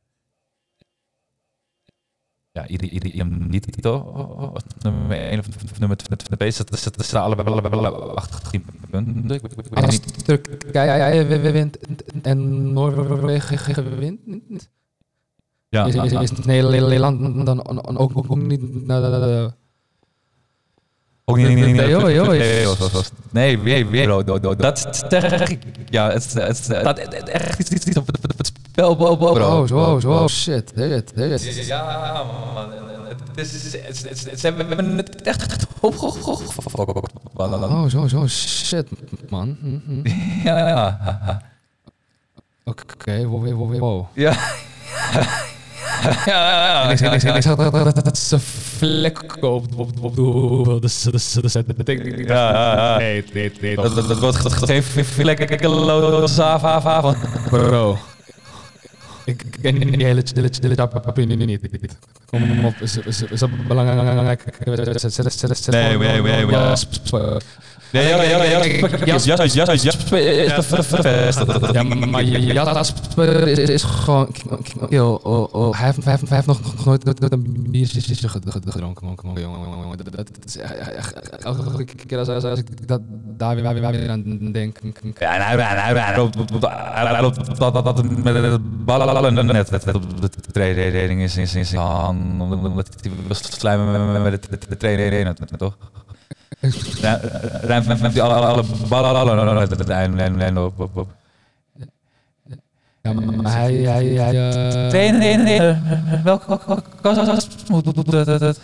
Ja, iedereen niet toch? Nummer één of nummer twee. Dat staan allebei achttien punten. Als Turkije wint en Noorwegen wint. Ja, is, is, is Nederland dan ook, ook niet naar de... Ook niet in de nee, weer, weer. Dat zeg ik. Ja, het staat echt iets op het spel. Oh, zo, zo, shit. Ja, man. We hebben het echt opgefokt. Oh, zo, zo, shit, man. Ja, ja. Oké, wow. Ja. Ja, ja, ja. En ik zag dat ze vlek op op de hoeveel de set betekent. Ja, ja, ja. Nee, nee, nee. Dat wordt geen vlekkeloos avond. Bro. Ik ken die hele chille papier niet. Kom op, is dat belangrijk? Nee, nee, nee, nee. Nee, ja, ja, ja, Jasper, Jasper, Jasper is ja, maar Jasper is gewoon, hij heeft nog nooit een biertje gedronken. Dat is elke keer als ik daar weer aan denk. Ja, en hij loopt met het ballen net op de training is in zijn hand, omdat hij wil slijmen met de training, toch? Ruim met die alle ballen uit het einde op. Ja, maar hij... hij nee, nee, nee. Welke kast moet dat?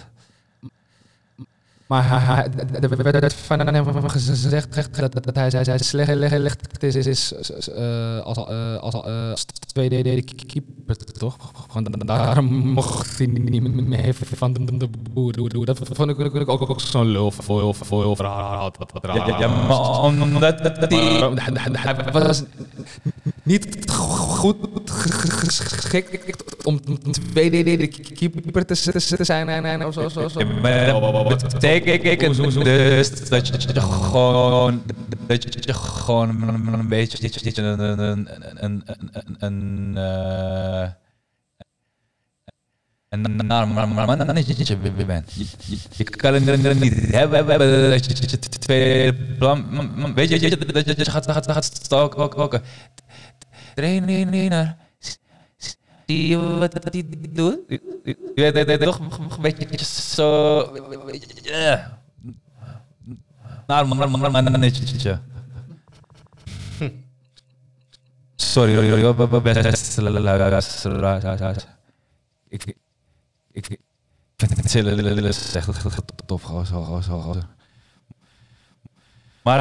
Maar hij, er werd van hem gezegd dat hij zei slecht is, is als als tweede keeper, toch? Daarom mocht hij niet meer van de boer. Dat vond ik ook zo'n lul voor heel verhaal. Ja, maar omdat hij was niet goed geschikt om tweede keeper te zijn of zo. Kijk, ik dus dat je gewoon dat je gewoon een beetje een een een een en maar maar dan is je weer bent. Je kan er niet hebben dat je twee plan weet je dat je gaat gaat gaat stalken trainer. Zie je wat hij doet? Je weet toch een beetje zo... Nou, maar maar maar netjes. Sorry, sorry, best luisteraars. Ik ik vind het heel echt tof gewoon zo zo. Maar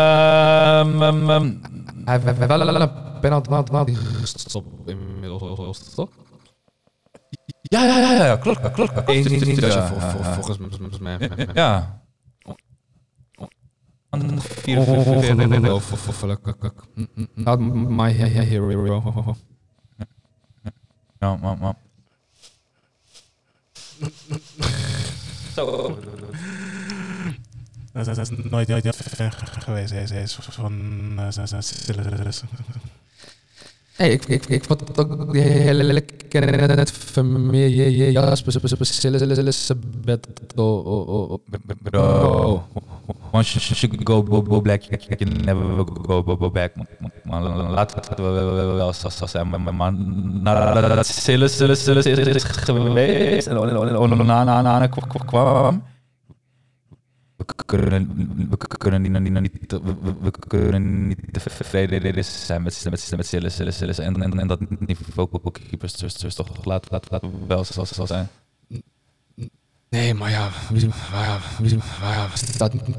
hij heeft wel een penalty gestopt inmiddels, toch? Ja, ja, ja, ja, klopt, klopt. Volgens mij. Ja. Not my hero. Ja, maar, maar. Zo. Dat is nooit, nooit fan geweest. Hij is, hij is van uh, zijn Silas. Hey, ik, ik, ik vond het ook die hele lekkere familie Jasper, Elizabeth. Bro, once you go, go, go black, you can never go, go, go back. Man, laat we wel zo zijn, maar man, nadat Silas is geweest en Onana kwam. We kunnen, we kunnen niet, niet, niet, we kunnen niet tevreden zijn met, met, met Silas, Silas, Silas en, en, en dat niveau keepers, dus, dus toch laat, laat, laat wel zoals het zal zijn. Nee, maar ja, wie, maar ja, wie, maar ja, staat